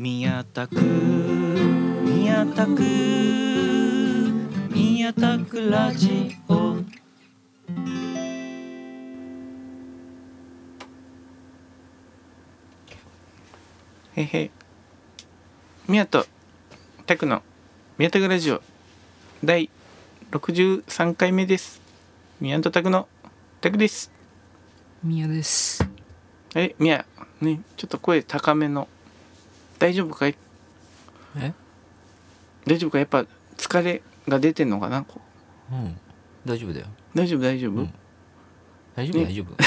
宮田区ラジオ。へへ、宮田拓の宮田区ラジオ第63回目です。宮田拓の拓です。 宮です。 宮ね、ちょっと声高めの。大丈夫かい？大丈夫か？やっぱ疲れが出てんのかな？ うん、大丈夫だよ。 大丈夫、うん、大丈夫、ね、 大丈夫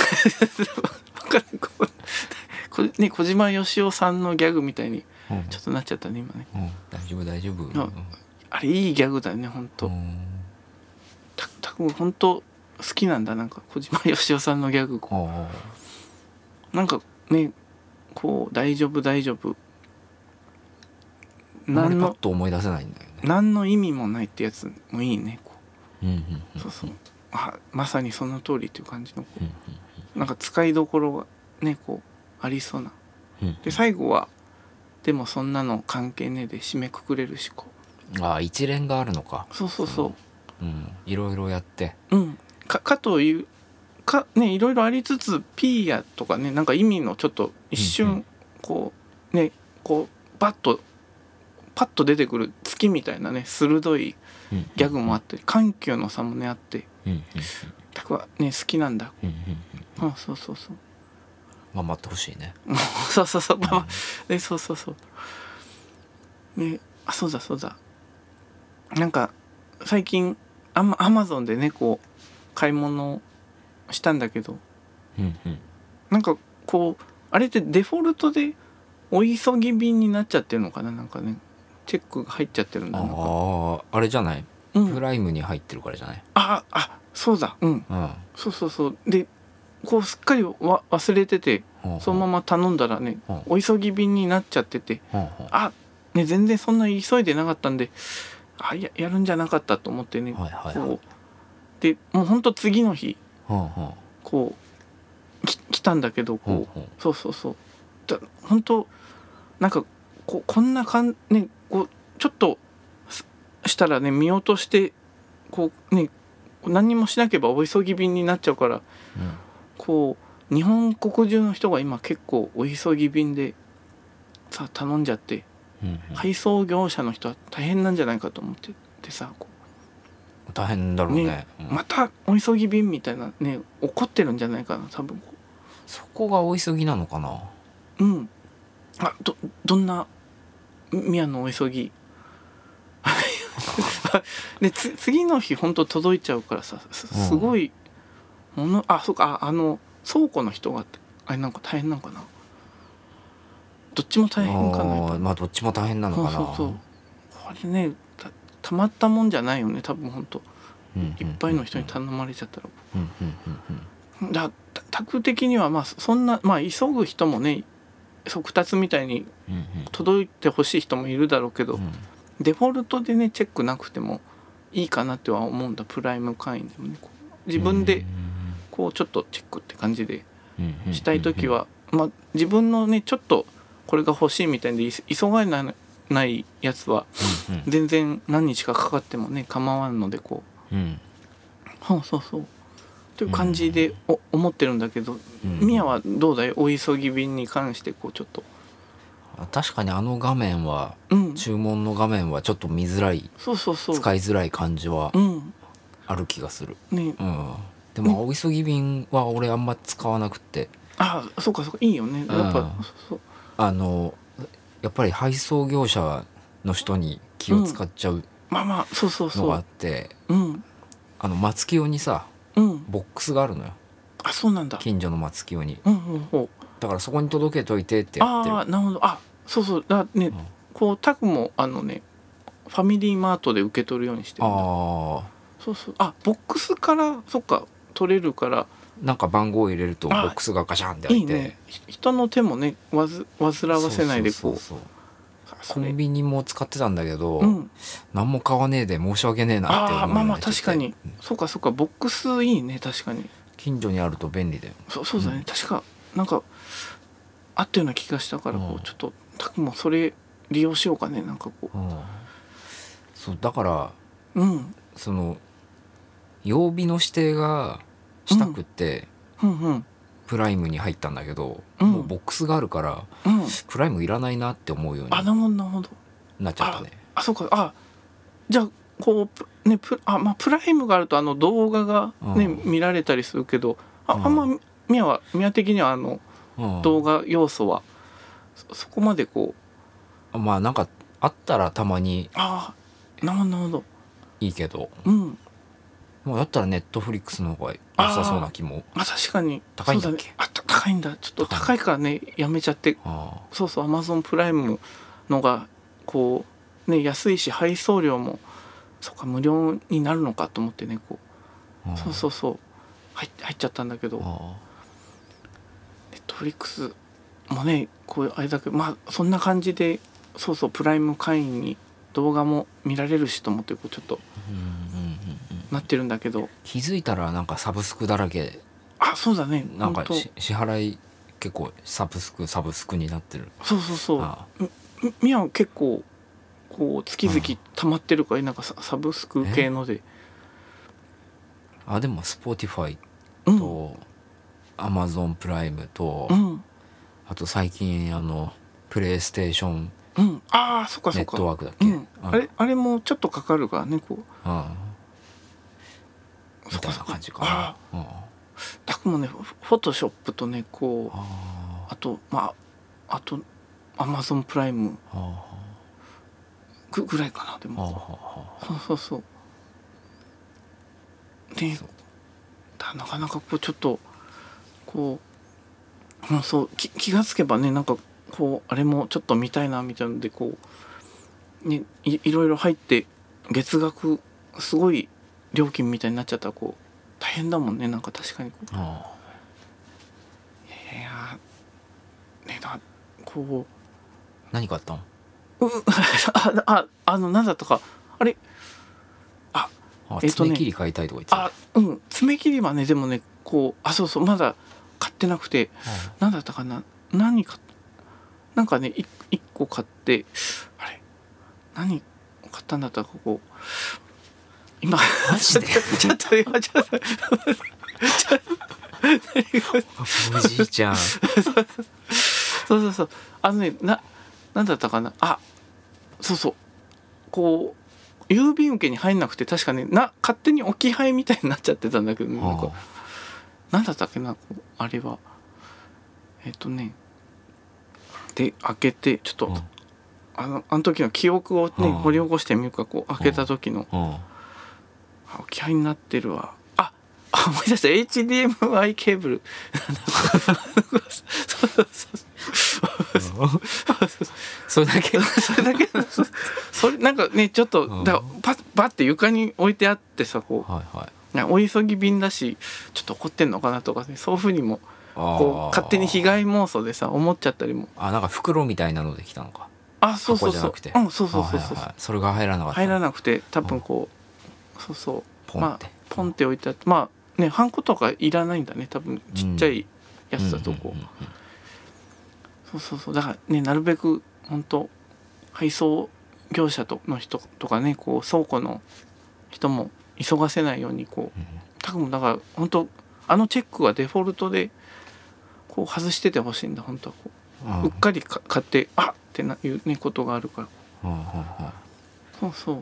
これね、小島よしおさんのギャグみたいにちょっとなっちゃったね、今ね、 大丈夫、 あれいいギャグだよね、ほんと。たぶんほんと好きなんだ。なんか小島よしおさんのギャグなんかね、こう大丈夫あまりパッと思い出せないんだよね。 何の意味もないってやつもいいね。そうそう、まさにその通りっていう感じのなんか使いどころがね、こうありそうな、で最後はでもそんなの関係ねえで締めくくれるし、 一連があるのか。 そう、 いろいろやってかというかね、いろいろありつつピーヤとかね、なんか意味のちょっと一瞬こうね、こうパッと出てくる月みたいなね、鋭いギャグもあって、緩急の差もねあって、たくはね好きなんだ。そう頑張ってほしいね。 そうでね、そうだ、なんか最近アマゾンでね、こう買い物したんだけど、なんかこうあれってデフォルトでお急ぎ便になっちゃってるのかな。なんかね、チェックが入っちゃってるんだ。 あれじゃない、プライムに入ってるからじゃない。 そうだ、そうで、こうすっかり忘れてて、そのまま頼んだらね、お急ぎ便になっちゃってて、ね、全然そんな急いでなかったんで、やるんじゃなかったと思ってね、こうでもうほんと次の日、こう来たんだけど、そうほんとなんかこんなね、こうちょっとしたらね、見落としてこうね、何にもしなければお急ぎ便になっちゃうから、こう日本国中の人が今結構お急ぎ便でさ頼んじゃって、配送業者の人は大変なんじゃないかと思っててさ、 大変だろうね。 またお急ぎ便みたいなね、怒ってるんじゃないかな、多分。 そこがお急ぎなのかな。 どんな宮のお急ぎで次の日ほんと届いちゃうからさ、すごいそうか、倉庫の人があれなんか大変なのかな。どっちも大変かな。 どっちも大変なのかな。 これね、たまったもんじゃないよね、多分ほんと。いっぱいの人に頼まれちゃったら、宅的にはそんな急ぐ人もね、速達みたいに届いてほしい人もいるだろうけど、デフォルトでねチェックなくてもいいかなっては思うんだ。プライム会員でもね、自分でこうちょっとチェックって感じでしたいときは、自分のねちょっとこれが欲しいみたいで急がないやつは全然何日かかかってもね構わんので、そうという感じで思ってるんだけど、宮はどうだい？お急ぎ便に関してちょっと。 確かにあの画面は、注文の画面はちょっと見づらい、使いづらい感じはある気がする。でもお急ぎ便は俺あんま使わなくて。 そうかいいよね。 やっぱり配送業者の人に気を使っちゃうのがあって、松清にさ、ボックスがあるのよ。 そうなんだ。 近所の松清に、だからそこに届けといてってやってる。 なるほど。そうだね、こうタグもファミリーマートで受け取るようにしてるんだ。ボックスから取れるから、 なんか番号を入れるとボックスがガシャンって開いて、いいね、 人の手もね煩わせないでコンビニも使ってたんだけど、何も買わねえで申し訳ねえなって思うようになっちゃって。 確かにそうかボックスいいね。確かに近所にあると便利だよ。 そうだね、確かなんかあったような気がしたから、ちょっとタクもそれ利用しようかね、なんかこう、 そうだから、その曜日の指定がしたくって、プライムに入ったんだけど、もうボックスがあるから、プライムいらないなって思うようになっちゃったね。 そうか。じゃあこうね、プライムがあると動画がね、見られたりするけど、あんま宮的には動画要素はそこまでこう、まあなんかあったらたまになるほどいいけど、もうだったらネットフリックスの方が良さそうな気も。 確かに高いんだっけ？ 高いんだ。ちょっと高いからねやめちゃって。そうそう、アマゾンプライムのがこうね安いし、配送料もそうか無料になるのかと思ってね、こうそう入っちゃったんだけど、ネットフリックスもねこうあれだけど、そんな感じでプライム会員に動画も見られるしと思ってこうちょっとなってるんだけど、 気づいたらなんかサブスクだらけ。 そうだね、 なんか支払い結構サブスクになってる。 そうみや結構こう月々溜まってるから、なんかサブスク系ので、 でも Spotify と Amazon プライムと、あと最近プレイステーションそっかネットワークだっけ、 あれもちょっとかかるからね、こうみたいな感じかな。 たくもね、フォトショップとねこうあとアマゾンプライムぐらいかな。でもそうで、なかなかこうちょっとこうそう気がつけばね、なんかこうあれもちょっと見たいなみたいなのでこうね いろいろ入って月額すごい料金みたいになっちゃったらこう大変だもんね、なんか確かにこう。いやねこう何かあったの？ 何だったかあれ、 爪切り買いたいとか言ってた。爪切りはね、でもねこうそうまだ買ってなくて、何だったかな、なんかね1個買って、あれ何買ったんだったか、こう今マジでちょっとおじいちゃんそうなんだったかな、そうこう郵便受けに入んなくて、確かね勝手に置き配みたいになっちゃってたんだけど、なんだったっけな、あれはで開けてちょっと、あの時の記憶をね掘り起こしてみるか、こう開けた時の置き配になってるわ。思い出した、 HDMI ケーブルそれだけそれなんかねちょっとだバッて床に置いてあってさ、こう、お急ぎ便だしちょっと怒ってんのかなとかね、そういうふうにもこう勝手に被害妄想でさ思っちゃったりも。 なんか袋みたいなのできたのか。 そうそうそれが入らなくて多分こうポンって置いてあって、ねハンコとかいらないんだね、多分ちっちゃいやつだとこう、そうだからね、なるべく本当配送業者の人とかね、こう倉庫の人も急がせないようにこう、多分だから本当チェックはデフォルトでこう外しててほしいんだ、本当はこううっかり買ってっていうねことがあるから、そう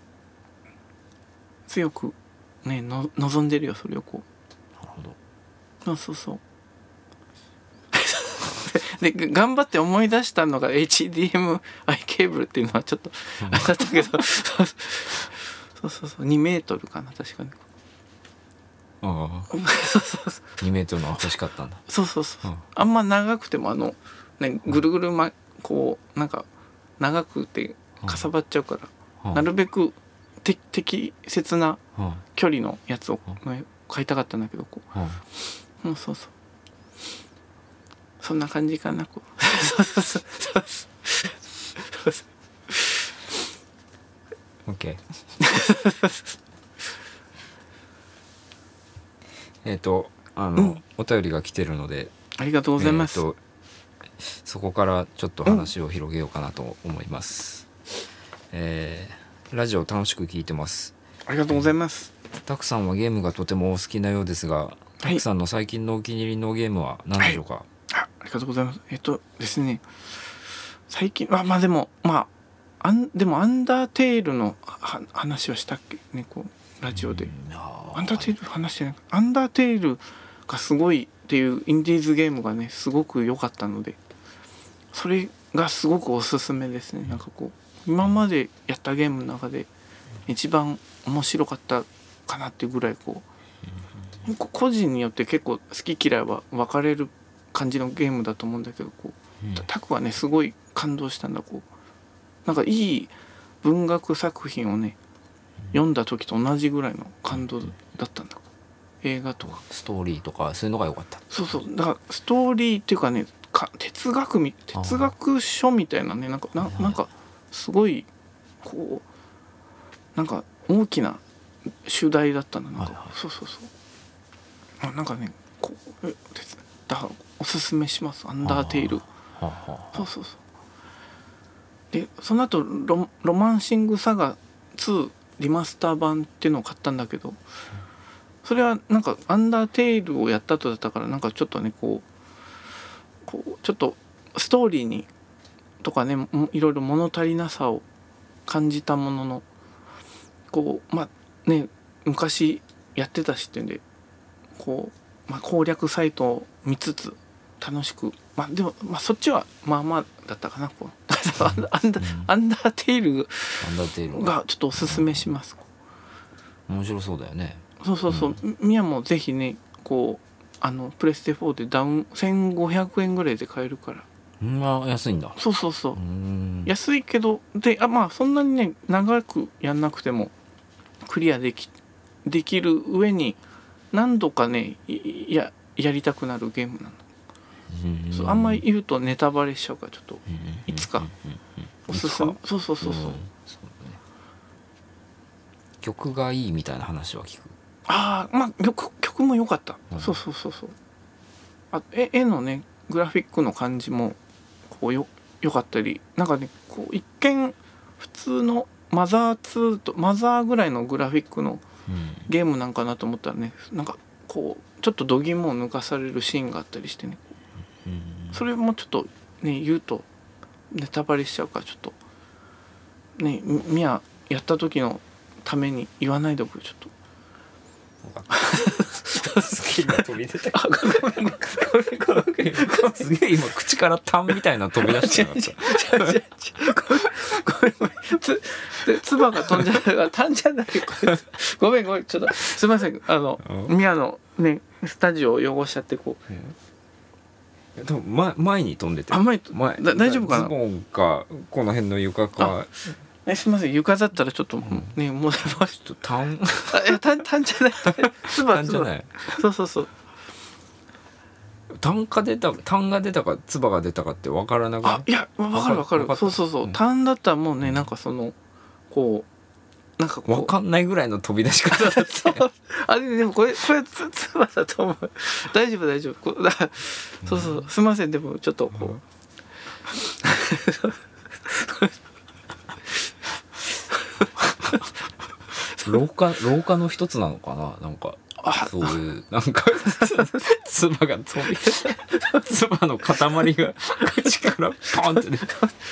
強くね望んでるよ、それをこう。 なるほど。 そうで頑張って思い出したのが HDMI ケーブルっていうのはちょっとあれだったけどそう2メートルかな、確かに。 2メートルの欲しかったんだ。 そう、あんま長くてもぐるぐるこうなんか長くてかさばっちゃうから、なるべく適切な距離のやつを買いたかったんだけど、こう、そうそんな感じかな、こう。 OK。お便りが来てるので、 ありがとうございます。 そこからちょっと話を広げようかなと思います。ラジオ楽しく聞いてます。 ありがとうございます。 たくさんはゲームがとてもお好きなようですが、たくさんの最近のお気に入りのゲームは何でしょうか？ ありがとうございます。ですね、最近はでもアンダーテールの話はしたっけね、こうラジオで。アンダーテール話してない。アンダーテールがすごいっていうインディーズゲームがねすごく良かったので、それがすごくおすすめですね。なんかこう今までやったゲームの中で一番面白かったかなっていうぐらい、こう個人によって結構好き嫌いは分かれる感じのゲームだと思うんだけど、こうタクはねすごい感動したんだ。こうなんかいい文学作品をね読んだ時と同じぐらいの感動だったんだ。映画とかストーリーとかそういうのが良かった。 そうだからストーリーっていうかね、哲学書みたいなね、なんかすごいこうなんか大きな主題だったんだ。なんかそうなんかね、こうだからおすすめします、アンダーテイル。そうでその後ロマンシングサガ2リマスター版っていうのを買ったんだけど、それはなんかアンダーテイルをやった後だったから、なんかちょっとねこうちょっとストーリーにとかねいろいろ物足りなさを感じたものの、こうね昔やってたしっていうんで、こう攻略サイトを見つつ楽しく、でもそっちはだったかな。こうアンダーテイルがちょっとおすすめします。 面白そうだよね。 ミヤもぜひね、こうプレステ4でダウン1500円ぐらいで買えるから。 安いんだ。 そう安いけどでそんなにね長くやんなくてもクリアできる上に何度かねやりたくなるゲームなの。あんまり言うとネタバレしちゃうから、ちょっといつかおすすめ。そう曲がいいみたいな話は聞く。 曲も良かった。そう絵のねグラフィックの感じもこう良かったり、なんかねこう一見普通のマザーぐらいのグラフィックのゲームなんかなと思ったらね、なんかこうちょっと度肝を抜かされるシーンがあったりしてね、それもちょっとね言うとネタバレしちゃうから、ちょっとねミヤやった時のために言わないでおく。ちょっとすげえ飛び出た。すげえ今口からタンみたいな飛び出してました。 ごめん唾が飛んじゃう。タンじゃない。ごめんちょっとすいません。ミヤのねスタジオを汚しちゃってこう。 でも前に飛んでて。 大丈夫かな。 ズボンかこの辺の床か。 すみません、床だったらちょっとね、もうちょっとタンじゃない。 タンじゃない。 そう。 タンが出たか唾が出たかって分からなくない？ いや分かる。そう。タンだったらもうね、なんかこうなんか分かんないぐらいの飛び出し方だって。 でもこれ唾だと思う。大丈夫。そうすみません、でもちょっとこう。 廊下の一つなのかな、なんかそういうなんか唾が飛び唾の塊が口からポンってね。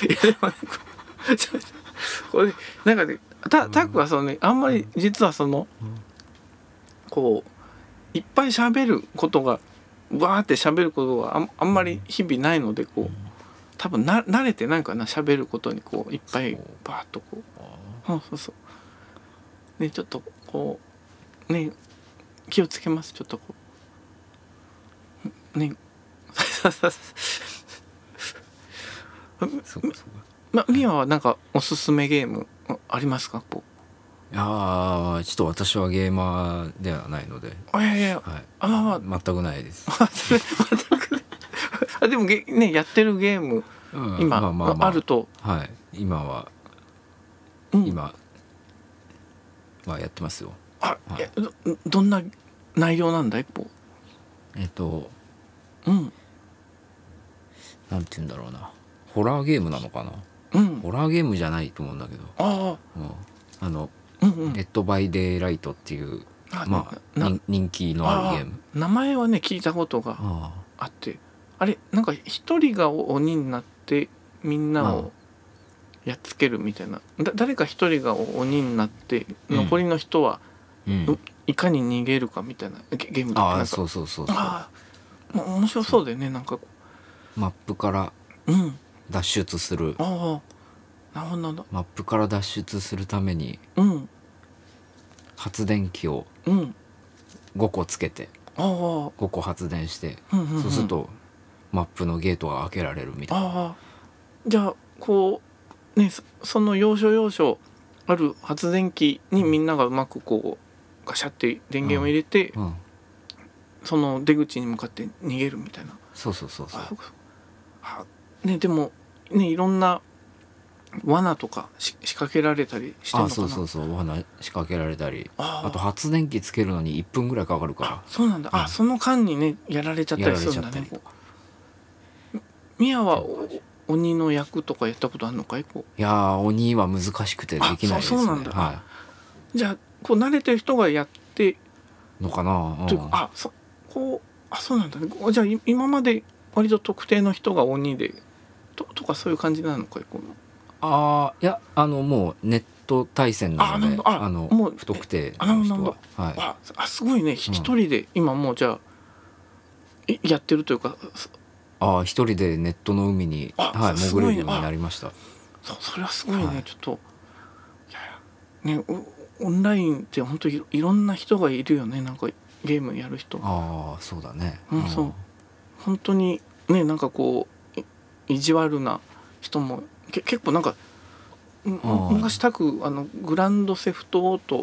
これなんかねタックはあんまり実はこういっぱい喋ることがわーって喋ることがあんまり日々ないので、こう多分慣れてないかな、喋ることにこういっぱいバーッとこう。そうね、ちょっとこうね気をつけます。ちょっとこうね。ミヤはなんかおすすめゲームありますか？こうちょっと私はゲーマーではないので。 いや、 全くないです。 でもねやってるゲーム今あると。 今はやってますよ。 どんな内容なんだい？ なんて言うんだろうな、ホラーゲームなのかな、ホラーゲームじゃないと思うんだけど、デッドバイデイライトっていう人気のあるゲーム。 名前はね聞いたことがあって、あれなんか一人が鬼になってみんなをやっつけるみたいな、誰か一人が鬼になって残りの人はいかに逃げるかみたいなゲームだった。 そうそうそう。 面白そうだよね。なんかマップから脱出する、 なるほど。 マップから脱出するために発電機を5個つけて5個発電して、そうするとマップのゲートが開けられるみたいな。 じゃあこうね、その要所ある発電機にみんながうまくこうガシャって電源を入れて、その出口に向かって逃げるみたいな。 そうね、でもね、いろんな罠とか仕掛けられたりしてるのかな。 そう罠仕掛けられたり、あと発電機つけるのに1分ぐらいかかるから。 そうなんだ。その間にねやられちゃったりするんだね。ミヤは鬼の役とかやったことあるのかい？いや鬼は難しくてできないですね。 そうなんだ。じゃあこう慣れてる人がやってのかな。 そうなんだね。じゃあ今まで割と特定の人が鬼でとかそういう感じなのかい？ いやもうネット対戦なので、もう不特定の人は。 すごいね。一人で今もうじゃあやってるというか。 一人でネットの海に潜れるようになりました。 それはすごいね。ちょっとね、オンラインって本当にいろんな人がいるよね。なんかゲームやる人。 そうだね。 そう本当にね、なんかこう意地悪な人も結構なんか昔グランドセフトオート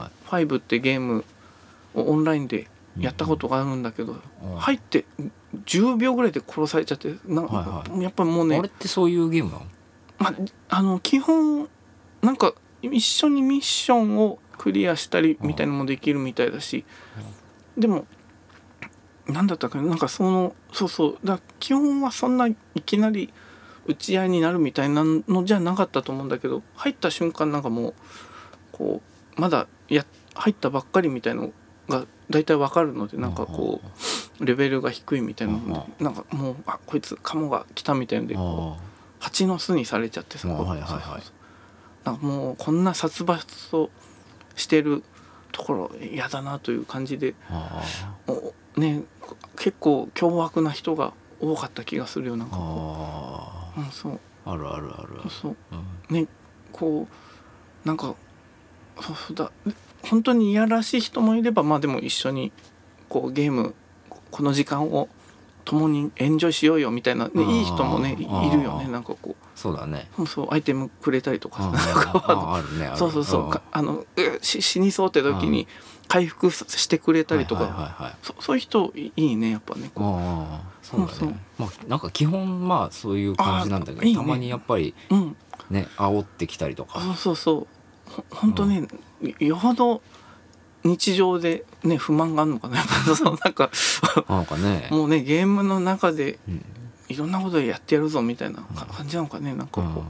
5ってゲームをオンラインでやったことがあるんだけど、入って10秒ぐらいで殺されちゃって、やっぱりもうね。 あれってそういうゲームなの？ 基本なんか一緒にミッションをクリアしたりみたいなのもできるみたいだし、でもなんだったかな、なんかだ基本はそんないきなり打ち合いになるみたいなのじゃなかったと思うんだけど、入った瞬間なんかもうこうまだ入ったばっかりみたいのが大体わかるので、なんかこうレベルが低いみたいなので、なんかもうこいつカモが来たみたいので蜂の巣にされちゃってさ、なんかもうこんな殺伐としてるところ嫌だなという感じで、ね、結構凶悪な人が多かった気がするよ。なんかそうあるそうね、こうなんか本当にいやらしい人もいれば、でも一緒にこうゲームこの時間を共にエンジョイしようよみたいな、いい人もねいるよね。なんかこうそうだね。 アイテムくれたりとか、あるね。死にそうって時に回復してくれたりとか、そういう人いいね、やっぱね。 そうだね。なんか基本そういう感じなんだけど、たまにやっぱりね煽ってきたりとか。 本当ね、よほど日常でね不満があるのかな。なんかね、もうねゲームの中でいろんなことやってやるぞみたいな感じなのかね。なんかこ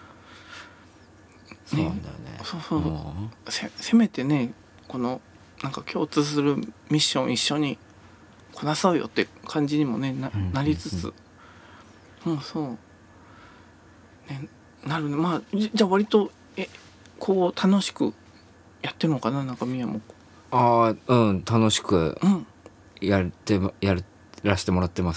うそうなんだよね。 せめてね、このなんか共通するミッション一緒にこなそうよって感じにもね なりつつ、なるね。じゃあ割とこう楽しくやってるのかな。なんか宮も楽しくやらせてもらってます。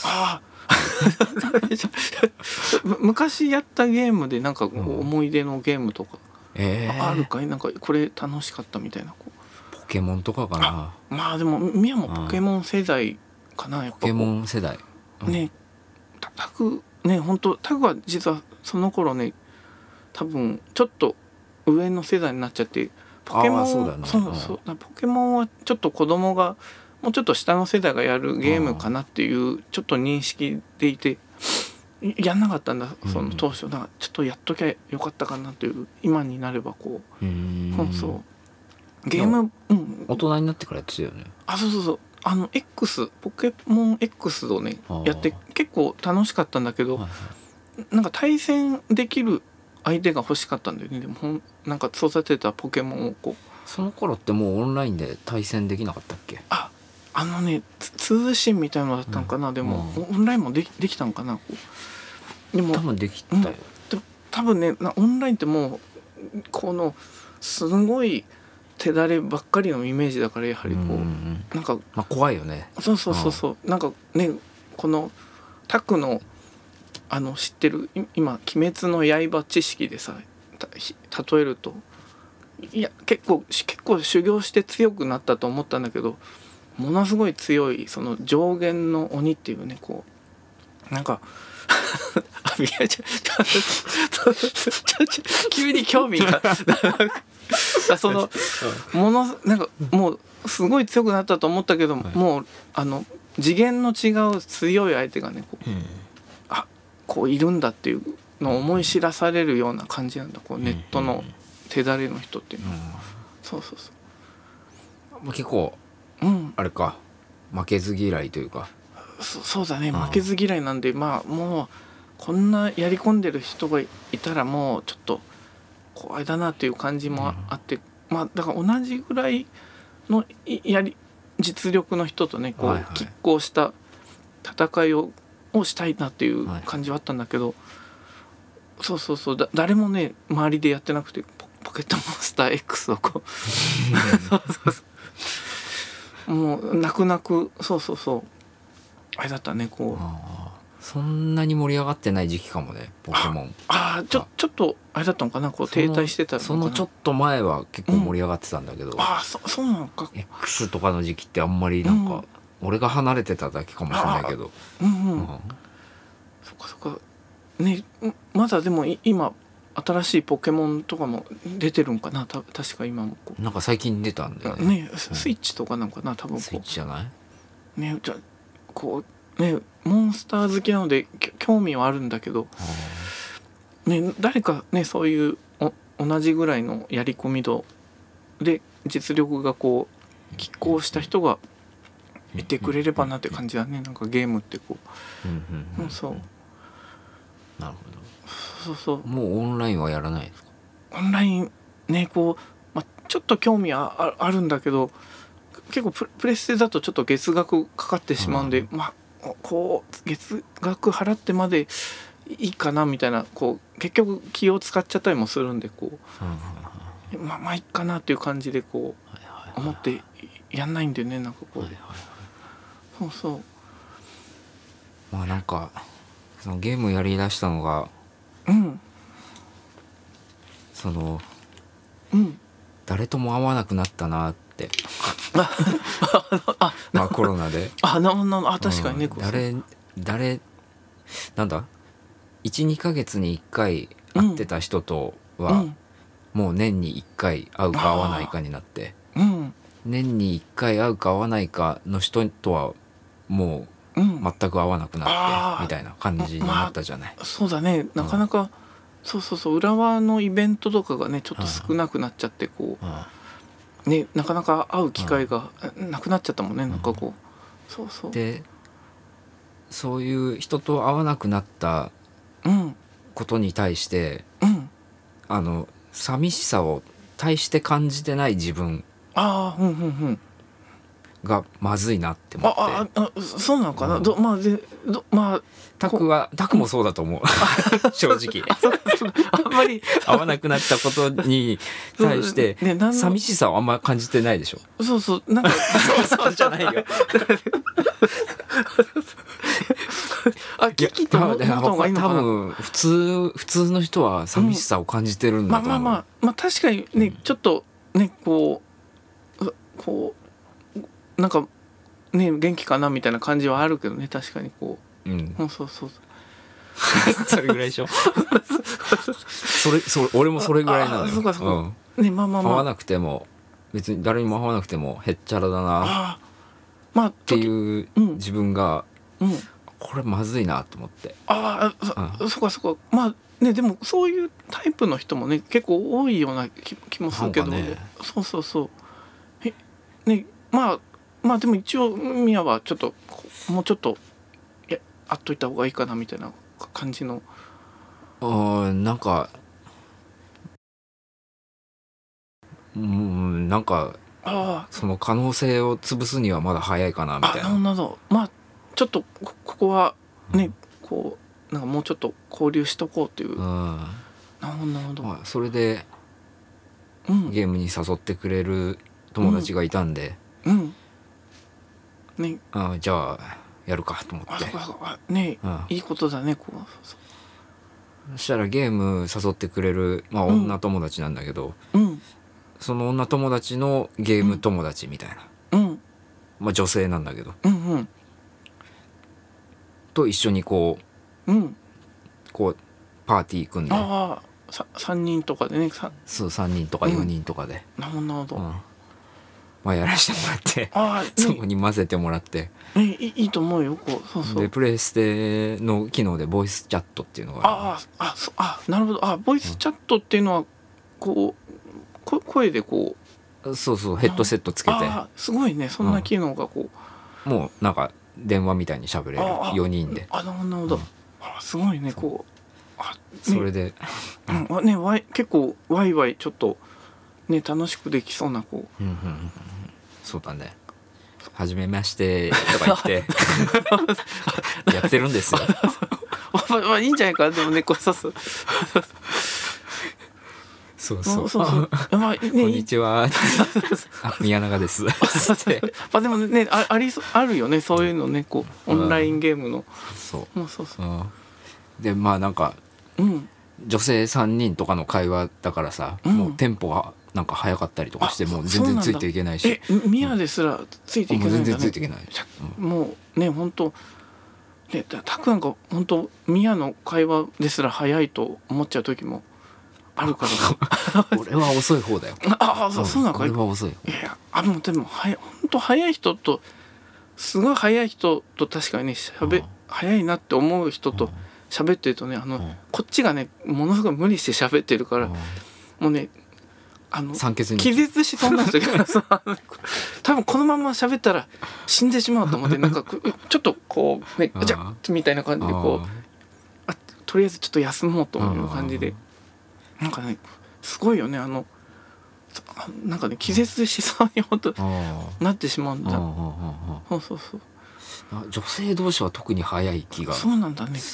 昔やったゲームでなんか思い出のゲームとかあるかい？なんかこれ楽しかったみたいな。 ポケモンとかかな。 でも宮もポケモン世代かな。やっぱポケモン世代ね。タグね、本当タグは実はその頃ね、多分ちょっと上の世代になっちゃって、ポケモンポケモンはちょっと子供がもうちょっと下の世代がやるゲームかなっていうちょっと認識でいてやんなかったんだ、その当初。だからちょっとやっときゃよかったかなという、今になればこうゲーム大人になってからやってたよね。 X ポケモン X をねやって結構楽しかったんだけど、はいはい、なんか対戦できる相手が欲しかったんだよね。でもなんか育てたポケモンをこう。 その頃ってもうオンラインで対戦できなかったっけ？ 通信みたいなのだったのかな、でも、オンラインもできたのかな。 でも多分できたよ、でも多分ねオンラインってもうこのすごい手だればっかりのイメージだから、やはりこう、なんか、 怖いよね。 そうなんかね、このタクの知ってる今鬼滅の刃知識でさ例えると、いや結構修行して強くなったと思ったんだけど、ものすごい強いその上限の鬼っていうね、こうなんかいや急に興味がそのなんかもうすごい強くなったと思ったけど、もう次元の違う強い相手がねこういるんだっていうのを思い知らされるような感じなんだ、こうネットの手だれの人っていうのは。そう結構あれか、負けず嫌いというか。 そうだね、負けず嫌いなんで、もうこんなやり込んでる人がいたらもうちょっと怖いだなっていう感じもあって、だから同じぐらいの実力の人とねこう拮抗した戦いをしたいなっていう感じはあったんだけど、そう誰もね周りでやってなくて、ポケットモンスター X をこうもう泣くあれだったね、こう。 そんなに盛り上がってない時期かもね、ポケモン。 ちょっとあれだったのかな、こう停滞してたのかな。 そのちょっと前は結構盛り上がってたんだけど、 そうなのか。 X とかの時期ってあんまりなんか、俺が離れてただけかもしれないけど。 そっかね、まだでも今新しいポケモンとかも出てるんかな、確か今もなんか最近出たんだよね。 スイッチとかなんかな、多分。 スイッチじゃないね、じゃこうね、モンスター好きなので興味はあるんだけど、誰かねそういう同じぐらいのやり込み度で実力がこう拮抗した人がいてくれればなって感じだね。なんかゲームってこう、そう。 なるほど。もうオンラインはやらないですか？ オンラインね、こう、ちょっと興味あるんだけど、結構プレステだとちょっと月額かかってしまうんで、こう月額払ってまでいいかなみたいな、こう結局気を使っちゃったりもするんで、こういいかなっていう感じでこう思ってやんないんでね、なんかこう、そうなんかそのゲームやりだしたのが、その誰とも会わなくなったなってコロナで確かにね、 誰なんだ 1,2 ヶ月に1回会ってた人とは、もう年に1回会うか会わないかになって、年に1回会うか会わないかの人とはもう全く会わなくなってみたいな感じになったじゃない。 そうだね、なかなか、そう浦和のイベントとかがねちょっと少なくなっちゃって、こうね、なかなか会う機会がなくなっちゃったもんね、なんかこう。 でそういう人と会わなくなったことに対して、寂しさを大して感じてない自分がまずいなって思って。 そうなのかな。 タクもそうだと思う正直あんまり会わなくなったことに対して寂しさをあんま感じてないでしょ。 なんかそうじゃないよ危機と思った方がいいのかな。 多分普通の人は寂しさを感じてるんだと思う。 確かにね、ちょっとねこうなんかね元気かなみたいな感じはあるけどね、確かにこう、そうそれぐらいでしょ俺もそれぐらいなのよ。会わなくても別に誰にも会わなくてもへっちゃらだなっていう自分が、これまずいなと思って。 そうかでもそういうタイプの人もね結構多いような気もするけど、そうまあでも一応ミヤはちょっともうちょっとあっといた方がいいかなみたいな感じの。 なんかなんかその可能性を潰すにはまだ早いかなみたいな。 なるほど。まあちょっとここはね、こうなんかもうちょっと交流しとこうという。なるほど。 まあ、それで、ゲームに誘ってくれる友達がいたんで、 ね、 じゃあやるかと思って。 ね、いいことだねこう。 そしたらゲーム誘ってくれる、まあ、女友達なんだけど、その女友達のゲーム友達みたいな、まあ女性なんだけど、と一緒にこうパーティー組んで、 3人とかでね、 そう3人とか4人とかで、 なるほど、 まあやらせてもらって、そこに混ぜてもらって、 いいと思うよこう。そうでプレイステの機能でボイスチャットっていうのがなるほど。ボイスチャットっていうのはこう声でこうそうヘッドセットつけて、 すごいねそんな機能がこう、もうなんか電話みたいに喋れる4人で。 なるほど。すごいねこう。それで結構ワイワイちょっとね楽しくできそうなこう。 そうだね。はじめましてとか言ってやってるんですよ。 まあいいんじゃないか。でもねこうそうこんにちは。宮永です。 でもねあるよねそういうのねこうオンラインゲームの。そう。 でまあなんか女性3人とかの会話だからさ、もうテンポがなんか早かったりとかして、もう全然ついていけないし。 宮ですらついていけないんだね。 全然ついていけない。 もうね本当ねたくなんか本当宮の会話ですら早いと思っちゃう時もあるから。俺は遅い方だよ。 そうなんか。 俺は遅い。 でも本当早い人とすごい早い人と確かにね早いなって思う人と喋ってるとねこっちがねものすごい無理して喋ってるからもうね気絶しそうな人が多分このまま喋ったら死んでしまうと思ってなんかちょっとこうねじゃみたいな感じでこうとりあえずちょっと休もうという感じでなんかねすごいよねなんかね気絶しそうに本当なってしまうんだ。そう女性同士は特に早い気がそうなんだね。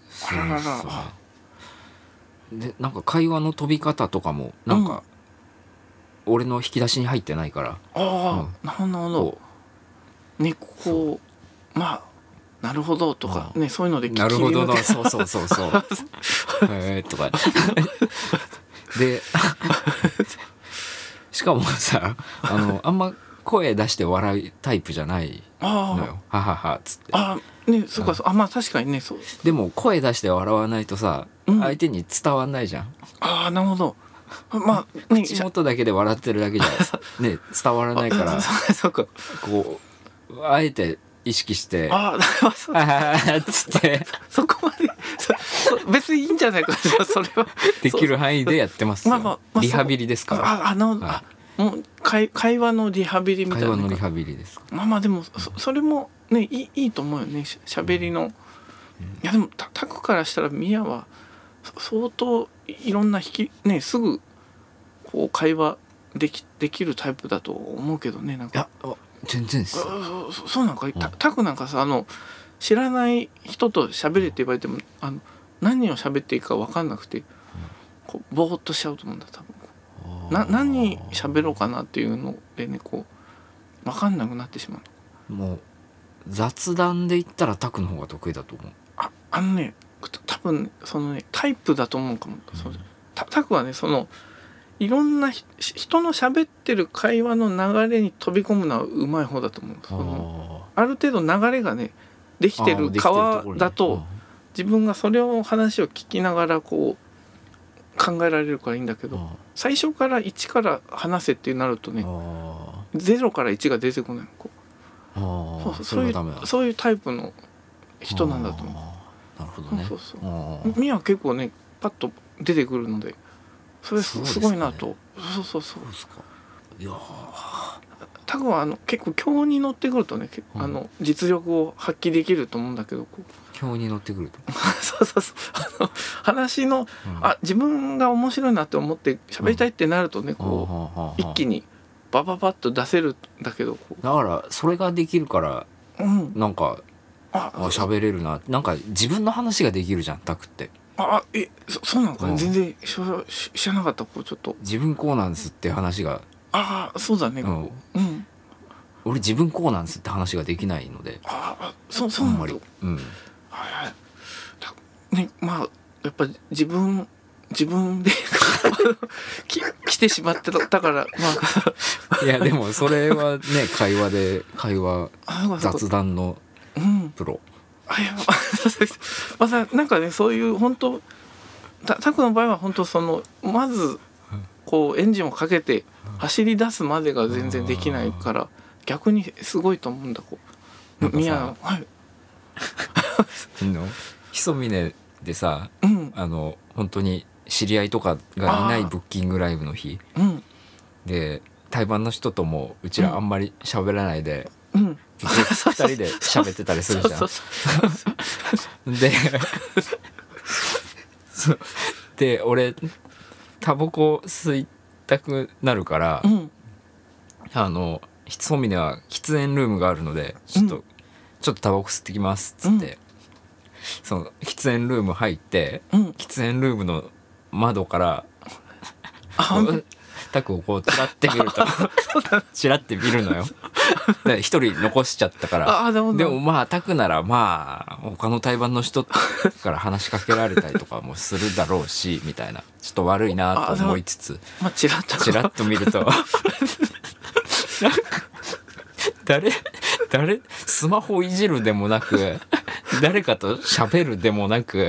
でなんか会話の飛び方とかもなんか俺の引き出しに入ってないから。 なるほどね。こうまあなるほどとかねそういうのでなるほどそうとかでしかもさあんま声出して笑いタイプじゃないのよ。はははっつって。 ねそうかまあ確かにねそう。 でも声出して笑わないとさ相手に伝わんないじゃん。 なるほど。まあ口元だけで笑ってるだけじゃね伝わらないからそうかこうあえて意識してつってそこまで別にいいんじゃないかそれはできる範囲でやってます。リハビリですから。 もう会話のリハビリみたいな。 会話のリハビリです。 でもそれもねいいと思うよね喋りの。いやでもタクからしたらミヤは相当いろんなすぐこう会話できるタイプだと思うけどねなんか。 いや全然です。 そうなんかタクなんかさ知らない人と喋れって言われても何を喋っていいか分かんなくてこうぼーっとしちゃうと思うんだ多分。何喋ろうかなっていうのでねこう分かんなくなってしまう。 もう雑談で言ったらタクの方が得意だと思う。 ね多分タイプだと思うかも。タクはねいろんな人の喋ってる会話の流れに飛び込むのはうまい方だと思う。ある程度流れがねできてる側だと自分がそれを話を聞きながらこう考えられるからいいんだけど最初から1から話せってなるとね0から1が出てこないの。そういうタイプの人なんだと思う。 なるほどね。 ミヤは結構ねパッと出てくるのでそれすごいなと。そう。 いやタグは結構強に乗ってくるとね、実力を発揮できると思うんだけど、 強に乗ってくるとそうそうそう、話の、自分が面白いなって思って喋りたいってなるとね、一気にバババッと出せるんだけど、 だからそれができるから、なんか喋れるな、なんか自分の話ができるじゃん、タクって。 そうなのかね、全然知らなかった。ちょっと自分こうなんですって話が、 そうだね、 俺自分こうなんですって話ができないので、 そうなんだ。ね、まあやっぱ自分で来てしまってたから、 いやでもそれはね、会話雑談のプロ。 なんかね、そういう本当タクの場合は本当まずこうエンジンをかけて走り出すまでが全然できないから、逆にすごいと思うんだ。 宮ひそみねでさ、本当に知り合いとかがいないブッキングライブの日、で対バンの人ともうちらあんまり喋らないで、2人で喋ってたりするじゃん。で俺タバコ吸いたくなるから、ひそみねは喫煙ルームがあるので、ちょっとタバコ吸ってきますっつって、その喫煙ルーム入って、喫煙ルームの窓からタクをこうチラって見るとチラって見るのよ。一人残しちゃったから。でもまあタクならまあ他の対バンの人から話しかけられたりとかもするだろうしみたいな、ちょっと悪いなと思いつつ、チラッと見ると誰スマホいじるでもなく、誰かと喋るでもなく、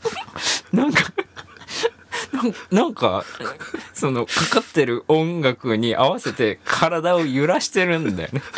なんかそのかかってる音楽に合わせて体を揺らしてるんだよね。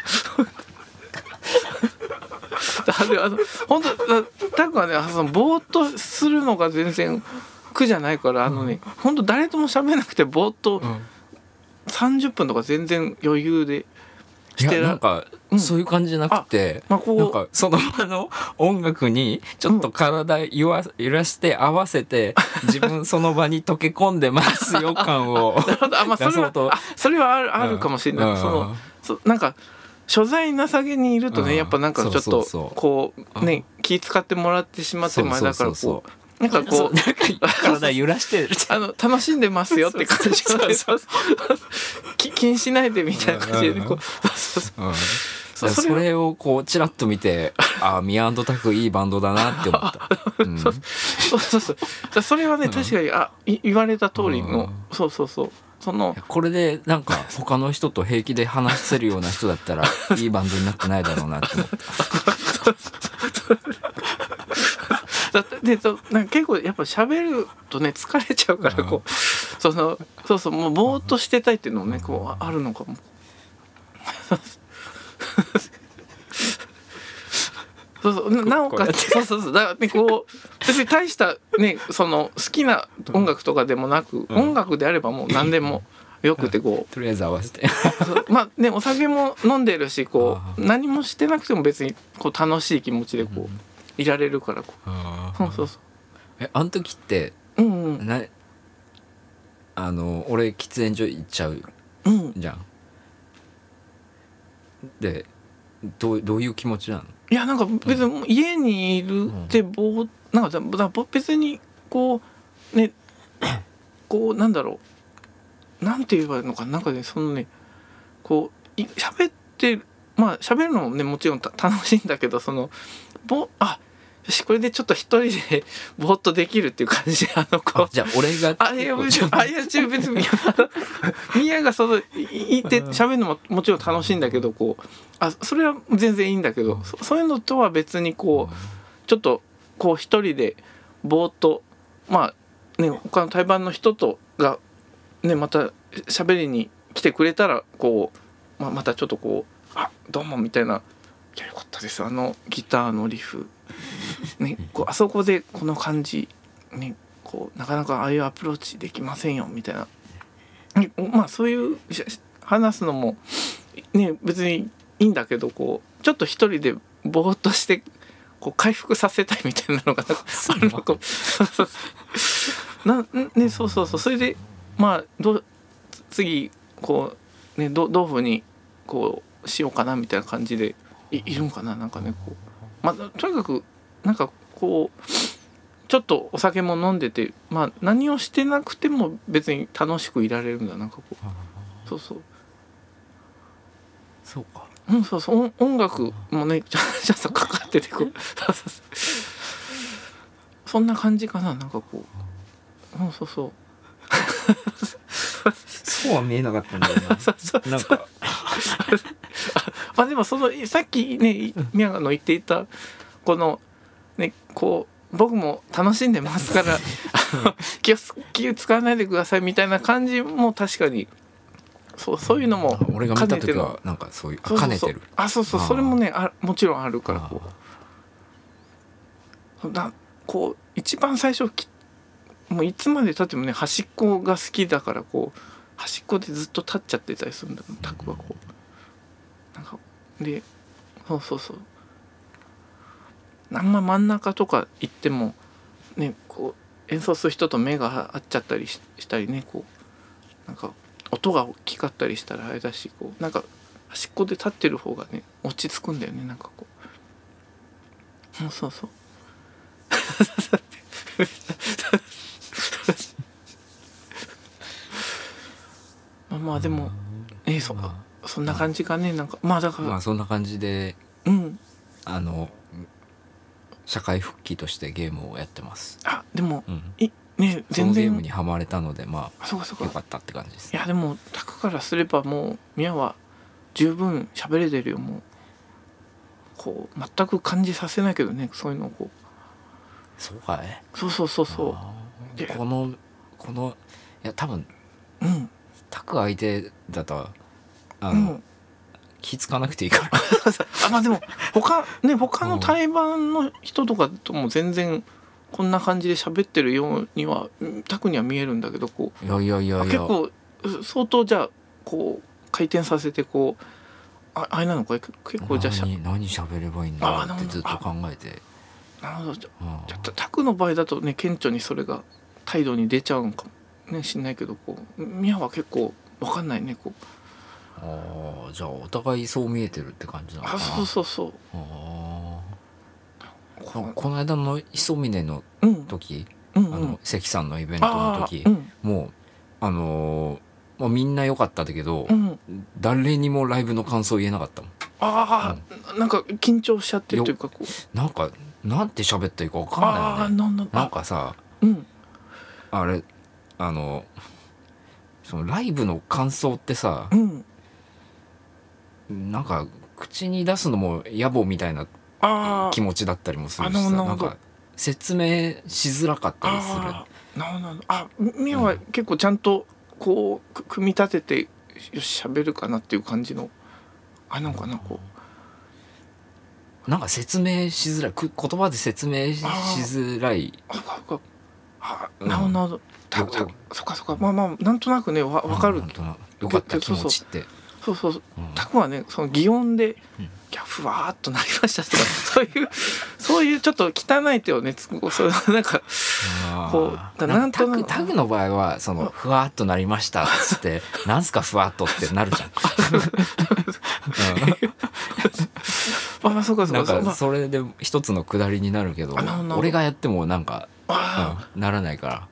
本当タクはね、ぼーっとするのが全然苦じゃないから、本当誰とも喋らなくてぼーっと30分とか全然余裕でしてる。なんかそういう感じじゃなくて、なんかその場の音楽にちょっと体揺らして合わせて、自分その場に溶け込んでますよ感を出そうと。 それはあるかもしれない。なんか所在なさげにいるとね、やっぱなんかちょっとこうね、気使ってもらってしまって前だから、こうなんかこう体揺らしてる楽しんでますよって感じが気にしないでみたいな感じでそれをこうチラッと見て、ミア&タクいいバンドだなって思った。 それはね、確かに言われた通りの、 これでなんか他の人と平気で話せるような人だったらいいバンドになってないだろうなって思った。 なんか結構やっぱ喋るとね疲れちゃうから、こうもうぼーっとしてたいっていうのもね、こうあるのかも。なおかつだからね、こう別に大したね、好きな音楽とかでもなく、音楽であればもう何でもよくて、こうとりあえず合わせてまあね、お酒も飲んでるし、こう何もしてなくても別にこう楽しい気持ちでこういられるから、こうあの時って、俺喫煙所行っちゃうじゃん。でどういう気持ちなの？ いや、なんか別に家にいるってなんか別にこうね、こうなんだろう、なんて言えばいいのかな、なんかね、こう喋ってまあ喋るのもねもちろん楽しいんだけど、よしこれでちょっと一人でぼーっとできるっていう感じで、 じゃあ俺がいや別にミヤがいて喋るのももちろん楽しいんだけど、こうそれは全然いいんだけど、そういうのとは別にこうちょっとこう一人でぼーっとまあね、他の対バンの人とがねまた喋りに来てくれたら、こうまたちょっとこうどうもみたいな、いやよかったです、ギターのリフね、あそこでこの感じ、ね、こうなかなかああいうアプローチできませんよみたいな、まあそういう話すのもね別にいいんだけどこうちょっと一人でぼーっとしてこう回復させたいみたいなのがなんかあるのかもねそうそうそうそれでまあ次こうねどういうふうにこうしようかなみたいな感じでいるんかななんかねこうまあとにかくなんかこうちょっとお酒も飲んでてまあ何をしてなくても別に楽しくいられるんだなんかこうそうそうそうかそうそう音楽もねちゃんとかかっててこうそんな感じかななんかこうそうそうそうは見えなかったんだよななんかまあでもそのさっきね宮野の言っていたこのねこう僕も楽しんでますから気を使わないでくださいみたいな感じも確かにそういうのも俺が見た時はなんかそういう兼ねてるそうそれもねもちろんあるからこう一番最初もういつまでたってもね端っこが好きだからこう端っこでずっと立っちゃってたりするんだよタクはこうなんかでそうあんま真ん中とか行ってもねこう演奏する人と目が合っちゃったりしたりねこうなんか音が大きかったりしたらあれだしこうなんか端っこで立ってる方がね落ち着くんだよねなんかこうそうまあでもそんな感じかねなんかまあだからまあそんな感じで社会復帰としてゲームをやってます。 でも、 ね全然そのゲームにはまれたのでまあよかったって感じです。 いやでもタクからすればもうミヤは十分喋れてるよもうこう全く感じさせないけどねそういうのをこうそうかいそうこのいや多分タク相手だと気付かなくていいからまあでも他の対バンの人とかとも全然こんな感じで喋ってるようにはタクには見えるんだけどこういや結構相当じゃあこう回転させてこうあれなのか結構じゃあ何喋ればいいんだってずっと考えてなるほどじゃタクの場合だとね顕著にそれが態度に出ちゃうんかもねしんないけどこうミヤは結構分かんないねこうじゃあお互いそう見えてるって感じなのかなそうこの間の磯峰の時、関さんのイベントの時、もうみんな良かったんだけど、誰にもライブの感想言えなかったもん。 なんか緊張しちゃってるというかこうなんかなんて喋ったらいいか分かんないよね。なんかさ、あれそのライブの感想ってさ、なんか口に出すのも野暮みたいな気持ちだったりもするしさ、なんか説明しづらかったりする。 ミヤは結構ちゃんとこう組み立ててよし喋るかなっていう感じのなんかなこうなんか説明しづらい言葉で説明しづらい。 なるほどそっかまあなんとなくね分かる。 よかった気持ちってそうタクはねその擬音でふわーっとなりましたとかそういうちょっと汚い手をねなんかこうなんとなくタグの場合はそのふわっとなりましたっつってなんすかふわっとってなるじゃん。そうかなんかそれで一つのくだりになるけど俺がやってもなんかならないから。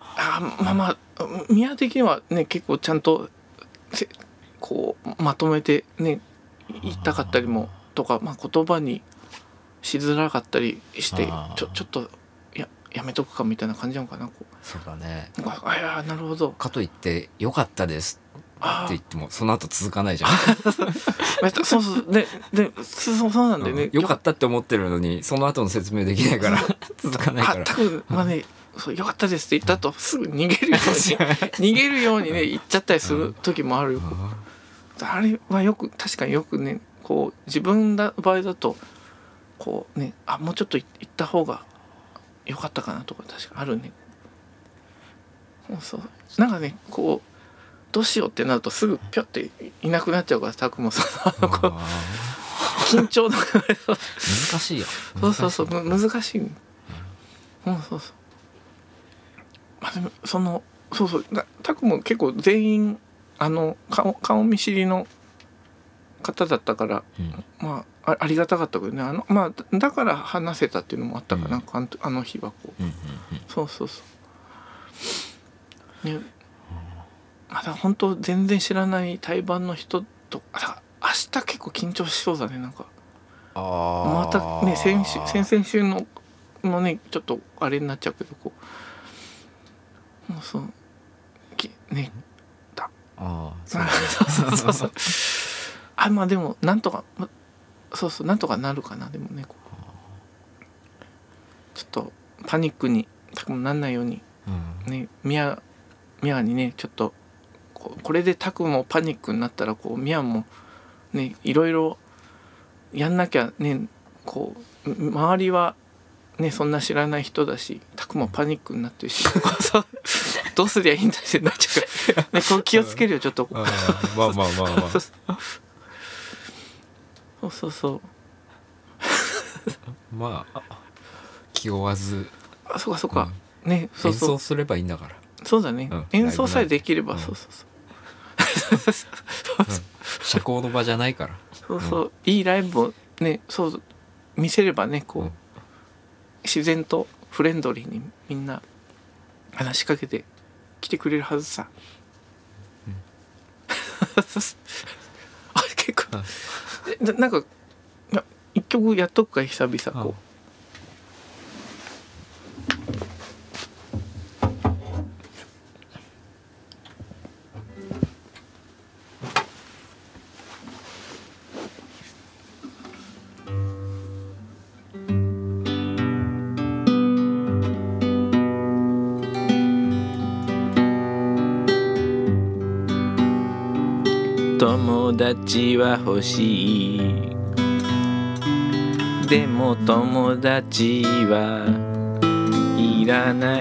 宮的にはね結構ちゃんとこうまとめてね言いたかったりもとか、言葉にしづらかったりしてちょっとやめとくかみたいな感じなのかなこう。 そうだね。 なるほど。 かといって良かったですって言ってもその後続かないじゃん。 そうでそうなんだよね。 良かったって思ってるのにその後の説明できないから続かないから。 多分ね良かったですって言った後すぐ逃げるようにね言っちゃったりする時もあるよ。あれは確かによくねこう自分の場合だとこうねもうちょっと言った方が良かったかなとか確かあるね。そうなんかねこうどうしようってなるとすぐピョっていなくなっちゃうから、タクもその緊張の難しいよ。 そう難しい、そうそう。まあでもそうタクも結構全員顔見知りの方だったから、まあありがたかったけどね、まあだから話せたっていうのもあったかな、あの日はこう、そうね。まだ本当全然知らない対バンの人と、明日結構緊張しそうだね、なんか。またね、先々週のねちょっとあれになっちゃうけど、こうそうねだそうまあでもなんとかなんとかなるかな。でもね、こうちょっとパニックに多分なんないように、ね、ミヤにねちょっとこれでタクもパニックになったら、こうミヤもねいろいろやんなきゃね、こう周りはねそんな知らない人だし、タクもパニックになってるしどうすりゃいいんだってなっちゃうから、ね、こう気をつけるよちょっと。まあそうまあ気負わず、 そうか、ね、 演奏すればいいんだから。 そうだね、演奏さえできれば、そう社交の場じゃないから、 いいライブをね見せればね、こう、自然とフレンドリーにみんな話しかけて来てくれるはずさ。あれ結構なんか一曲やっとくか、久々こう。友達は欲しい、でも友達はいらない、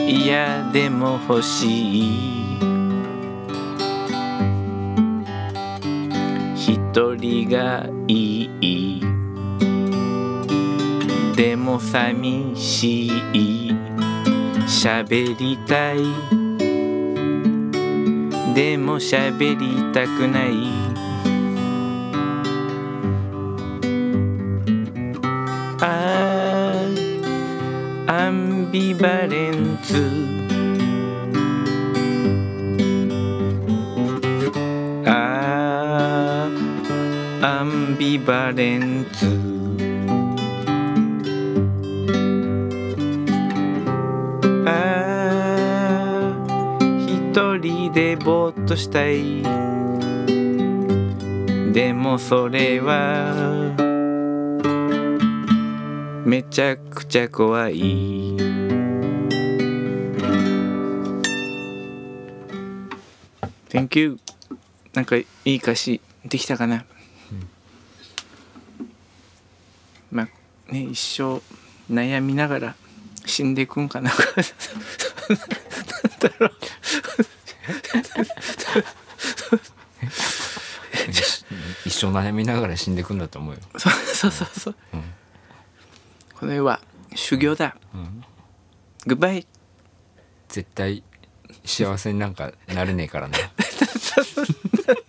いやでも欲しい、一人がいい、でも寂しい、喋りたい、でも喋りたくない、アンビバレンツ、アンビバレンツ、一人でぼーっとしたい、でもそれはめちゃくちゃ怖い。Thank you。 なんかいい歌詞できたかな、まあね、一生悩みながら死んでいくんかななんだろう一生悩みながら死んでいくんだと思うよ。 そう、この世は修行だ、グッバイ。 絶対幸せになんかなれねえからね